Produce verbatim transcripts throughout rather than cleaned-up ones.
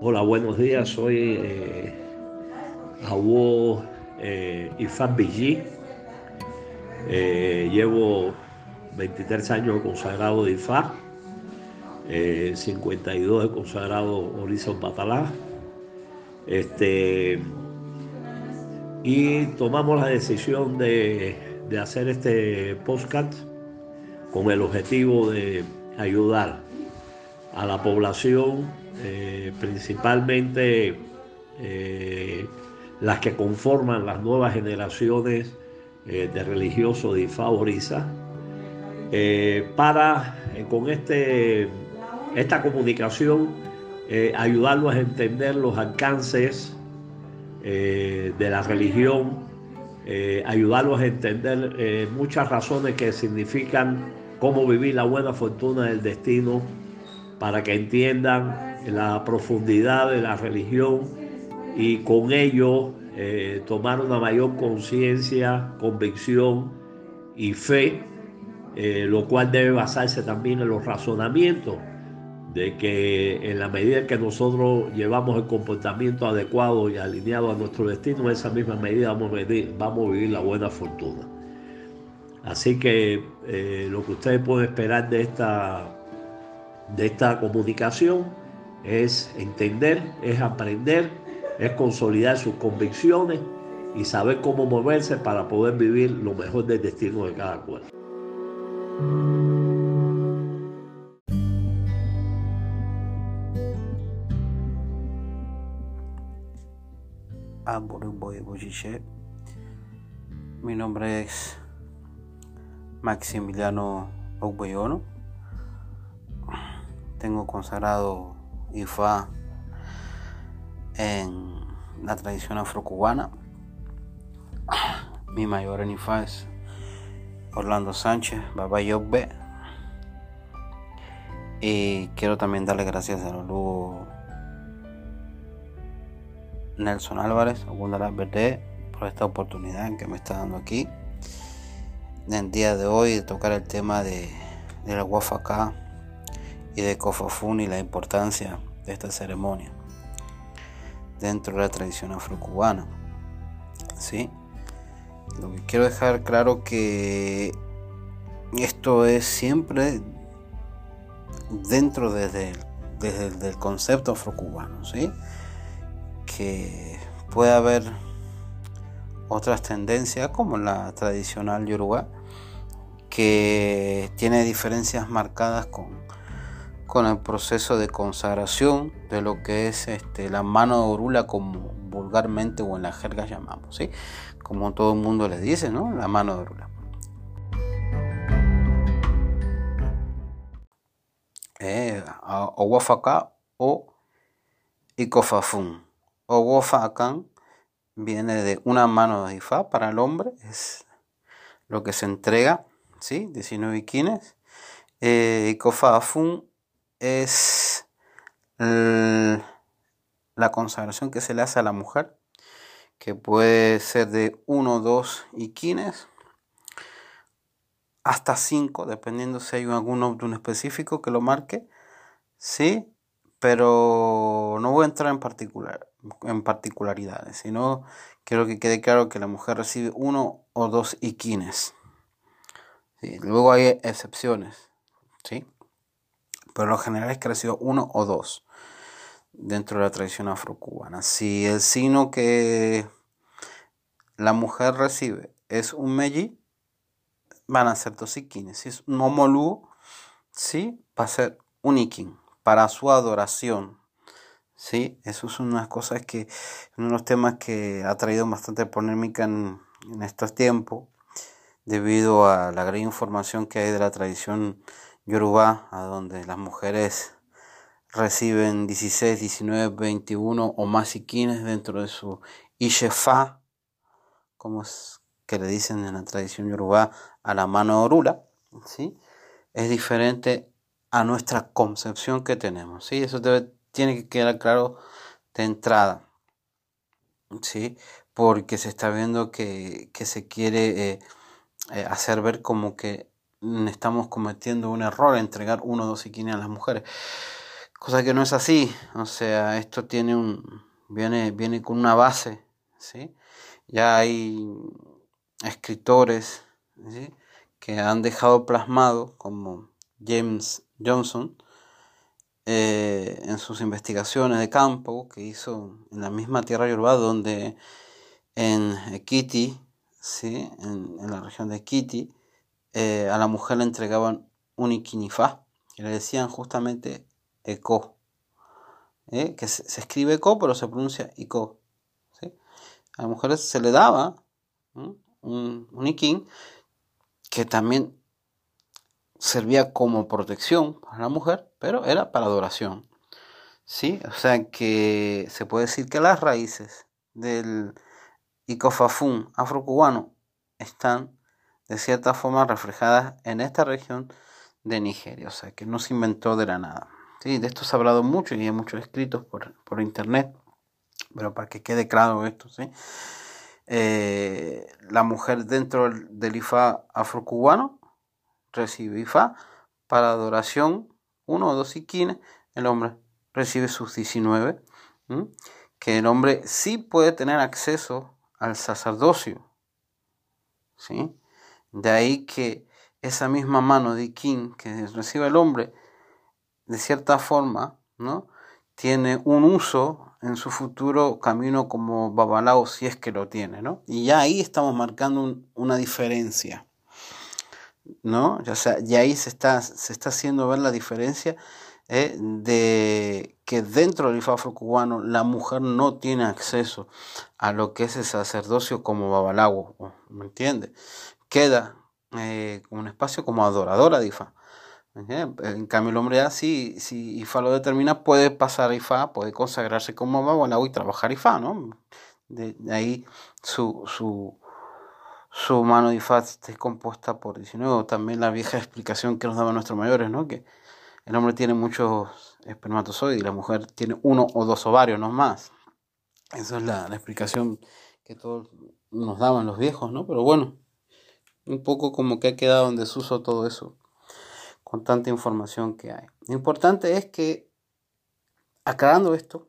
Hola, buenos días. Soy eh, Awo eh, Ifán Villí. Eh, llevo veintitrés años de consagrado de Ifá, eh, cincuenta y dos de consagrado Horizon Batalá. Este, y tomamos la decisión de, de hacer este podcast con el objetivo de ayudar a la población, eh, principalmente eh, las que conforman las nuevas generaciones eh, de religiosos de Ifá Orissa, eh, para eh, con este, esta comunicación eh, ayudarlos a entender los alcances eh, de la religión, eh, ayudarlos a entender eh, muchas razones que significan cómo vivir la buena fortuna del destino, para que entiendan la profundidad de la religión y con ello eh, tomar una mayor conciencia, convicción y fe, eh, lo cual debe basarse también en los razonamientos de que en la medida en que nosotros llevamos el comportamiento adecuado y alineado a nuestro destino, en esa misma medida vamos a vivir, vamos a vivir la buena fortuna. Así que eh, lo que ustedes pueden esperar de esta, de esta comunicación es entender, es aprender, es consolidar sus convicciones y saber cómo moverse para poder vivir lo mejor del destino de cada cual. Mi nombre es Maximiliano Ogbeyono. Tengo consagrado Ifá en la tradición afrocubana. Mi mayor en Ifá es Orlando Sánchez, Baba Yogbe. Y quiero también darle gracias a Lulu Nelson Álvarez, Ogundala Verde, por esta oportunidad en que me está dando aquí en el día de hoy de tocar el tema de, de la Wafaka y de Cofafún y la importancia de esta ceremonia dentro de la tradición afrocubana. ¿Sí? Lo que quiero dejar claro que esto es siempre dentro desde el, desde el del concepto afrocubano, ¿sí? Que puede haber otras tendencias como la tradicional yoruba, que tiene diferencias marcadas con, con el proceso de consagración de lo que es este, la mano de orula, como vulgarmente o en la jerga llamamos, ¿sí? Como todo el mundo le dice, ¿no? La mano de orula. Eh, Owafaka o Icofafún. Owofakan viene de una mano de Ifá para el hombre, es lo que se entrega, ¿sí? diecinueve iquines. Eh, Icofafún es el, la consagración que se le hace a la mujer, que puede ser de uno o dos iquines hasta cinco, dependiendo si hay algún obduno específico que lo marque, ¿sí? Pero no voy a entrar en particular en particularidades, sino quiero que quede claro que la mujer recibe uno o dos iquines, ¿sí? Luego hay excepciones, ¿sí? Pero lo general es que reciba uno o dos dentro de la tradición afrocubana. Si el signo que la mujer recibe es un meji, van a ser dos iquines. Si es un homolú, ¿sí? Va a ser un iquín para su adoración. Sí, eso son unas cosas que, unos temas que ha traído bastante polémica en, en estos tiempos, debido a la gran información que hay de la tradición yoruba, a donde las mujeres reciben dieciséis, diecinueve, veintiuno o más iquines dentro de su ishefa, como es que le dicen en la tradición yoruba, a la mano de orula, ¿sí? Es diferente a nuestra concepción que tenemos, ¿sí? Eso debe tiene que quedar claro de entrada, ¿sí? Porque se está viendo que, que se quiere eh, eh, hacer ver como que estamos cometiendo un error, entregar uno o dos iquines a las mujeres, cosa que no es así. O sea, esto tiene un viene viene con una base, ¿sí? Ya hay escritores, ¿sí?, que han dejado plasmado, como James Johnson, eh, en sus investigaciones de campo que hizo en la misma Tierra Yoruba, donde en Ekiti, ¿sí?, en, en la región de Ekiti, eh, a la mujer le entregaban un ikinifa, que le decían justamente Eko, ¿eh? que se, se escribe Eko, pero se pronuncia Iko, ¿sí? A las mujeres se le daba, ¿sí?, un, un ikin, que también servía como protección para la mujer, pero era para adoración, ¿sí? O sea que se puede decir que las raíces del Icofafún afrocubano están de cierta forma reflejadas en esta región de Nigeria, o sea que no se inventó de la nada, ¿sí? De esto se ha hablado mucho y hay muchos escritos por, por internet, pero para que quede claro esto, ¿sí? Eh, la mujer dentro del Ifá afrocubano recibe Ifá para adoración, uno o dos ikines. El hombre recibe sus diecinueve, ¿sí?, que el hombre sí puede tener acceso al sacerdocio, ¿sí? De ahí que esa misma mano de ikin que recibe el hombre, de cierta forma, ¿no?, tiene un uso en su futuro camino como babalao, si es que lo tiene, ¿no? Y ya ahí estamos marcando un, una diferencia, ¿no? O sea, ya ahí se está, se está haciendo ver la diferencia, eh, de que dentro del Ifá afrocubano la mujer no tiene acceso a lo que es el sacerdocio como babalawo, ¿me entiendes? Queda eh, un espacio como adoradora de Ifá. En cambio el hombre ya, si, si Ifá lo determina, puede pasar a Ifá, puede consagrarse como babalawo y trabajar Ifá, ¿no? De, de ahí su, su, su mano de Ifá esté compuesta por diecinueve. También la vieja explicación que nos daban nuestros mayores, ¿no?, que el hombre tiene muchos espermatozoides y la mujer tiene uno o dos ovarios, no más. Esa es la, la explicación que todos nos daban los viejos, ¿no? Pero bueno, un poco como que ha quedado en desuso todo eso, con tanta información que hay. Lo importante es que, aclarando esto,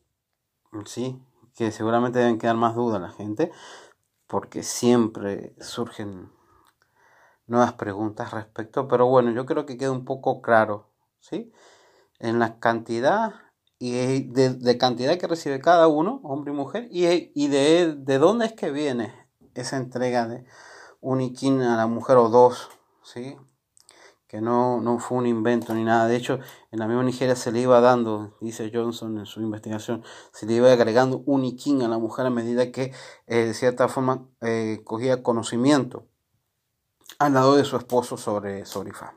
sí, que seguramente deben quedar más dudas la gente, porque siempre surgen nuevas preguntas respecto, pero bueno, yo creo que queda un poco claro, ¿sí?, en la cantidad y de, de cantidad que recibe cada uno, hombre y mujer, y, y de, de dónde es que viene esa entrega de un ikin a la mujer o dos, ¿sí?, que no, no fue un invento ni nada. De hecho, en la misma Nigeria se le iba dando, dice Johnson en su investigación, se le iba agregando un ikin a la mujer a medida que eh, de cierta forma eh, cogía conocimiento al lado de su esposo sobre, sobre Ifá.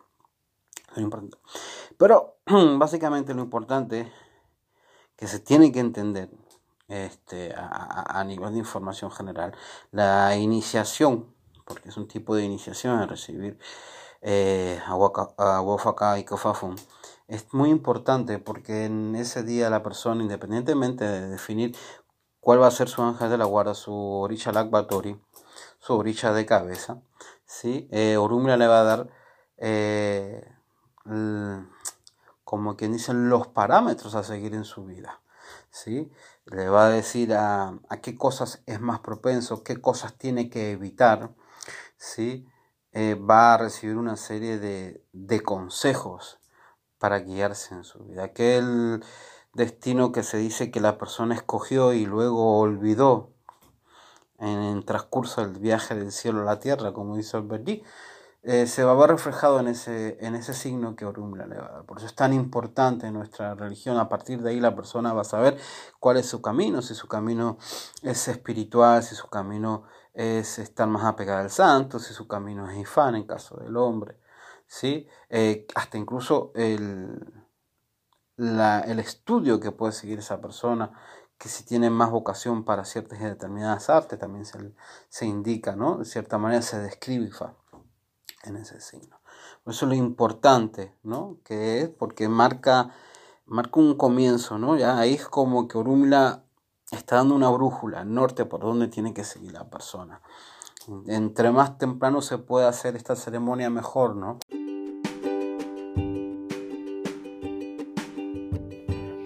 Pero básicamente lo importante que se tiene que entender, este, a, a nivel de información general, la iniciación, porque es un tipo de iniciación a recibir eh, Awofaka y Kofafun, es muy importante, porque en ese día la persona, independientemente de definir cuál va a ser su ángel de la guarda, su orisha lakbatori, su orisha de cabeza, ¿sí?, eh, Orunmila le va a dar eh, el, como quien dicen, los parámetros a seguir en su vida, ¿sí? Le va a decir a, a qué cosas es más propenso, qué cosas tiene que evitar, ¿sí? Eh, va a recibir una serie de, de consejos para guiarse en su vida. Aquel destino que se dice que la persona escogió y luego olvidó en el transcurso del viaje del cielo a la tierra, como dice Alberti, Eh, se va a ver reflejado en ese, en ese signo que Orunmila le va a dar. Por eso es tan importante en nuestra religión. A partir de ahí la persona va a saber cuál es su camino, si su camino es espiritual, si su camino es estar más apegado al santo, si su camino es Ifá en caso del hombre, ¿sí? Eh, hasta incluso el, la, el estudio que puede seguir esa persona, que si tiene más vocación para ciertas y determinadas artes, también se, se indica, ¿no? De cierta manera se describe Ifá en ese signo. Por eso lo importante, ¿no?, que es porque marca, marca un comienzo, ¿no? Ya ahí es como que Orunmila está dando una brújula, norte por donde tiene que seguir la persona. Entre más temprano se pueda hacer esta ceremonia, mejor, ¿no?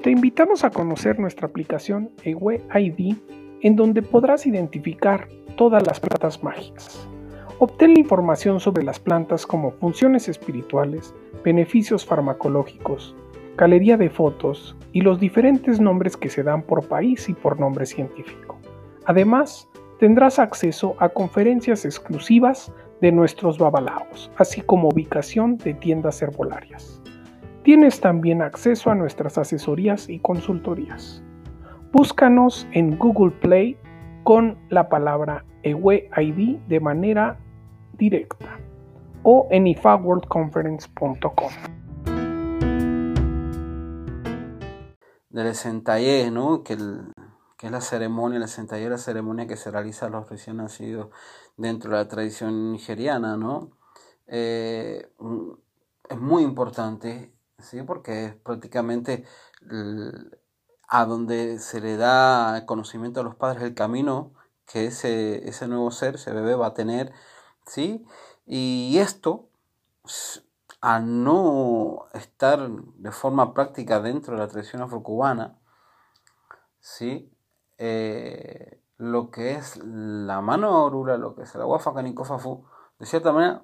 Te invitamos a conocer nuestra aplicación Ewe I D, en donde podrás identificar todas las plantas mágicas. Obtén la información sobre las plantas como funciones espirituales, beneficios farmacológicos, galería de fotos y los diferentes nombres que se dan por país y por nombre científico. Además, tendrás acceso a conferencias exclusivas de nuestros babalaos, así como ubicación de tiendas herbolarias. Tienes también acceso a nuestras asesorías y consultorías. Búscanos en Google Play con la palabra Ewe I D de manera directa o en ifa world conference punto com. Del Sentayé, ¿no? Que, el, que es la ceremonia, el Sentayé es la ceremonia que se realiza a los recién nacidos dentro de la tradición nigeriana, ¿no? Eh, es muy importante, ¿sí? Porque es prácticamente el, a donde se le da conocimiento a los padres el camino que ese, ese nuevo ser, ese bebé va a tener, ¿sí? Y esto, a no estar de forma práctica dentro de la tradición afrocubana, ¿sí? Eh, lo que es la mano orula, lo que es el Awafa Kaniko Fafu, de cierta manera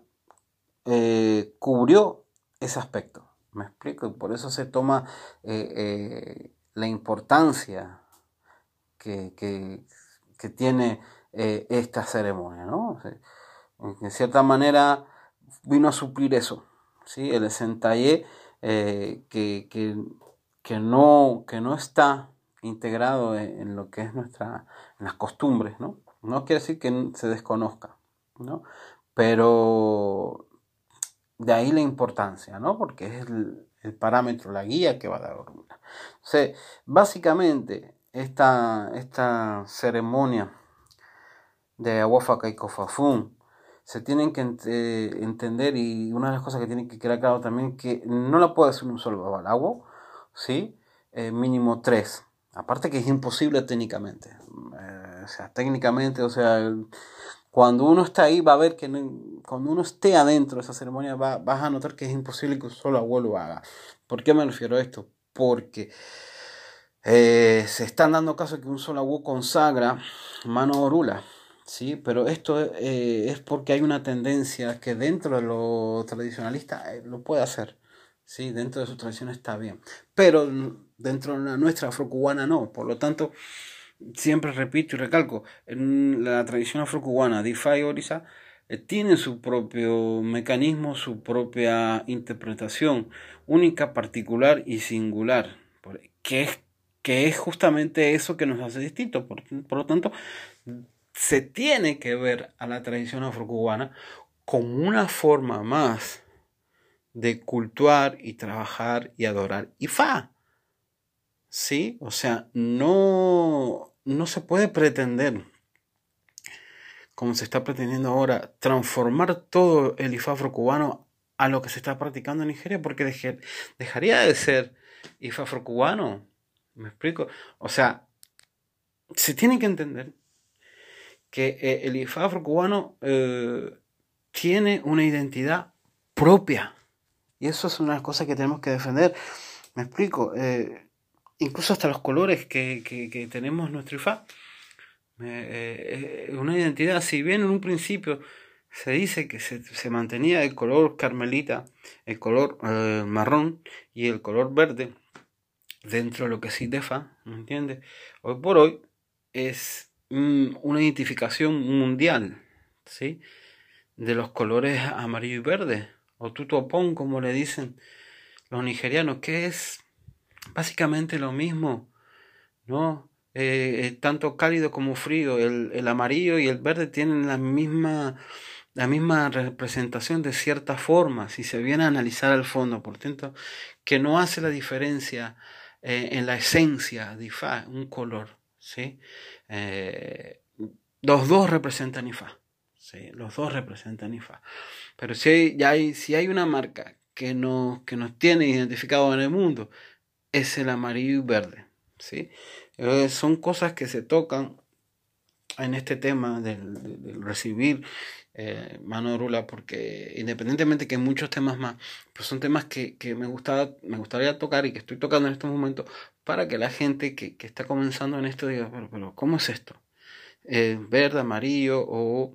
eh, cubrió ese aspecto. ¿Me explico? Y por eso se toma eh, eh, la importancia que, que, que tiene eh, esta ceremonia, ¿no? O sea, en cierta manera vino a suplir eso, ¿sí? El Sentayé eh, que, que, que, no, que no está integrado en, en lo que es nuestra, en las costumbres, ¿no? No quiere decir que se desconozca, ¿no? Pero de ahí la importancia, ¿no? Porque es el, el parámetro, la guía que va a dar Orula. O sea, básicamente esta, esta ceremonia de Awafa Kaniko Fafu se tienen que ent eh, entender, y una de las cosas que tienen que quedar claro también, que no la puede hacer un solo babalawo, ¿sí? Eh, mínimo tres. Aparte que es imposible técnicamente. Eh, o sea, técnicamente, o sea, cuando uno está ahí va a ver que no, cuando uno esté adentro de esa ceremonia va, vas a notar que es imposible que un solo abuelo lo haga. ¿Por qué me refiero a esto? Porque eh, se están dando casos que un solo abuelo consagra mano orula. Sí, pero esto eh, es porque hay una tendencia que dentro de lo tradicionalista eh, lo puede hacer, sí, dentro de su tradición está bien, pero dentro de la nuestra afrocubana no. Por lo tanto, siempre repito y recalco, en la tradición afrocubana de Ifa y Orisa eh, tiene su propio mecanismo, su propia interpretación única, particular y singular, que es, que es justamente eso que nos hace distintos. Por, por lo tanto, se tiene que ver a la tradición afrocubana como una forma más de cultuar y trabajar y adorar Ifá. ¿Sí? O sea, no, no se puede pretender, como se está pretendiendo ahora, transformar todo el Ifá afrocubano a lo que se está practicando en Nigeria, porque deje, dejaría de ser Ifá afrocubano. ¿Me explico? O sea, se tiene que entender que eh, el Ifá afrocubano eh, tiene una identidad propia. Y eso es una de las cosas que tenemos que defender. Me explico. Eh, incluso hasta los colores que, que, que tenemos nuestro Ifá. Eh, eh, una identidad, si bien en un principio se dice que se, se mantenía el color carmelita, el color eh, marrón y el color verde dentro de lo que es Ifá, ¿me entiendes? Hoy por hoy es una identificación mundial, ¿sí? De los colores amarillo y verde, o tutopón, como le dicen los nigerianos, que es básicamente lo mismo, ¿no? Eh, tanto cálido como frío. El, el amarillo y el verde tienen la misma, la misma representación de cierta forma, si se viene a analizar al fondo. Por tanto, que no hace la diferencia eh, en la esencia de Ifá, un color, ¿sí? Eh, los dos representan Ifá, ¿sí? Los dos representan Ifá. Pero si hay, ya hay, si hay una marca que nos, que nos tiene identificado en el mundo, es el amarillo y verde, ¿sí? Eh, son cosas que se tocan en este tema del, del, del recibir eh, mano de Orula, porque independientemente que hay muchos temas más, pues son temas que, que me, gusta, me gustaría tocar y que estoy tocando en estos momentos para que la gente que, que está comenzando en esto diga, pero, pero ¿cómo es esto? Eh, verde, amarillo o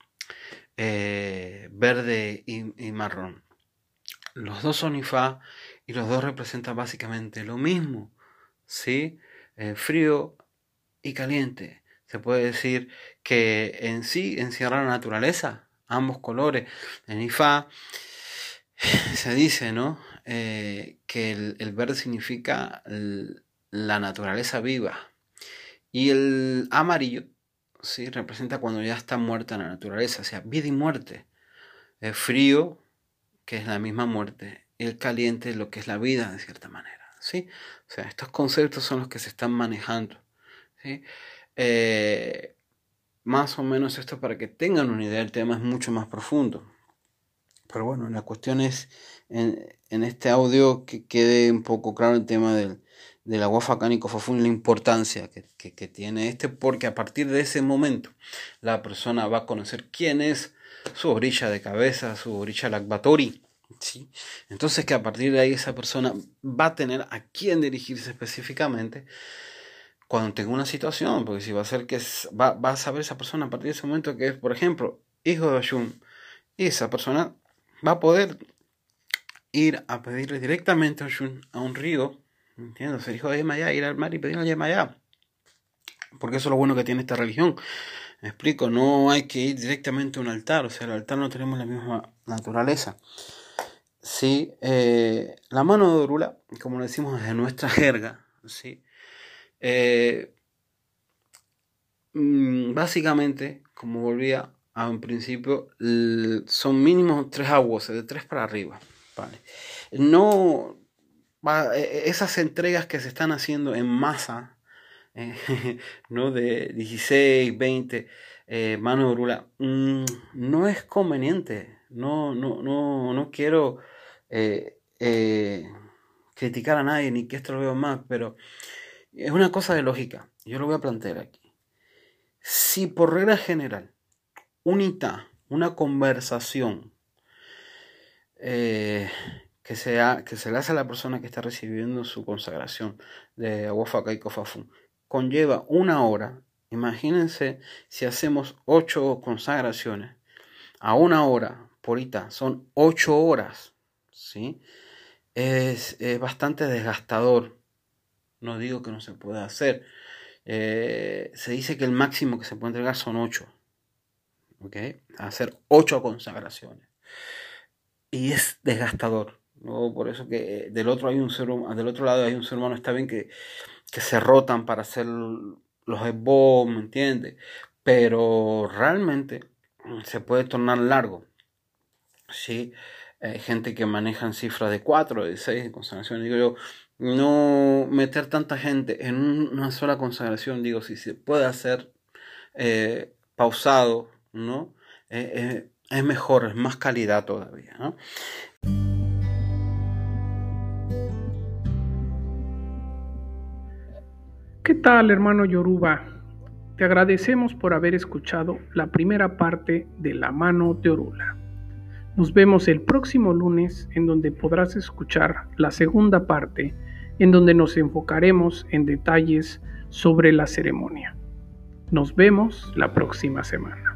eh, verde y, y marrón. Los dos son Ifá y los dos representan básicamente lo mismo, ¿sí? Eh, frío y caliente. Se puede decir que en sí encierra la naturaleza, ambos colores. En Ifá se dice, ¿no? Eh, que el, el verde significa el, la naturaleza viva y el amarillo, ¿sí? Representa cuando ya está muerta la naturaleza, o sea, vida y muerte. El frío, que es la misma muerte, el caliente, lo que es la vida de cierta manera, ¿sí? O sea, estos conceptos son los que se están manejando, ¿sí? Eh, más o menos esto para que tengan una idea, el tema es mucho más profundo. Pero bueno, la cuestión es en, en este audio que quede un poco claro el tema del, del Aguafacán y Cofafún y la importancia que, que, que tiene este, porque a partir de ese momento la persona va a conocer quién es su orilla de cabeza, su orilla lacbatori, ¿sí? Entonces que a partir de ahí esa persona va a tener a quién dirigirse específicamente cuando tenga una situación, porque si va a ser que es, va, va a saber esa persona a partir de ese momento que es, por ejemplo, hijo de Oshun, y esa persona va a poder ir a pedirle directamente a Oshun a un río, ¿entiendes? Ser hijo de Yemayá, ir al mar y pedirle a Yemayá, porque eso es lo bueno que tiene esta religión. Me explico, no hay que ir directamente a un altar, o sea, el altar no tenemos la misma naturaleza. Sí, eh, la mano de Orula, como lo decimos desde nuestra jerga, ¿sí? Eh, básicamente, como volvía a un principio, son mínimo tres aguas, de tres para arriba, ¿vale? No, va, esas entregas que se están haciendo en masa, eh, ¿no? De dieciséis, veinte eh, mano de Orula, mmm, no es conveniente, no, no, no, no quiero eh, eh, criticar a nadie ni que esto lo veo más, pero es una cosa de lógica, yo lo voy a plantear aquí. Si por regla general, un itá, una conversación eh, que, sea, que se le hace a la persona que está recibiendo su consagración de Aguafacá y Cofafún, conlleva una hora, imagínense si hacemos ocho consagraciones a una hora por itá, son ocho horas, ¿sí? Es, es bastante desgastador, no digo que no se pueda hacer. Eh, se dice que el máximo que se puede entregar son ocho, ¿ok? Hacer ocho consagraciones y es desgastador, ¿no? Por eso que del otro hay un ser del otro lado hay un ser humano, está bien que, que se rotan para hacer los esbos, ¿me entiendes? Pero realmente se puede tornar largo, ¿sí? Hay gente que manejan cifras de cuatro, de seis consagraciones, digo yo. No meter tanta gente en una sola consagración, digo, si se puede hacer eh, pausado, ¿no? Eh, eh, es mejor, es más calidad todavía, ¿no? ¿Qué tal, hermano Yoruba? Te agradecemos por haber escuchado la primera parte de La Mano de Orula. Nos vemos el próximo lunes, en donde podrás escuchar la segunda parte, en donde nos enfocaremos en detalles sobre la ceremonia. Nos vemos la próxima semana.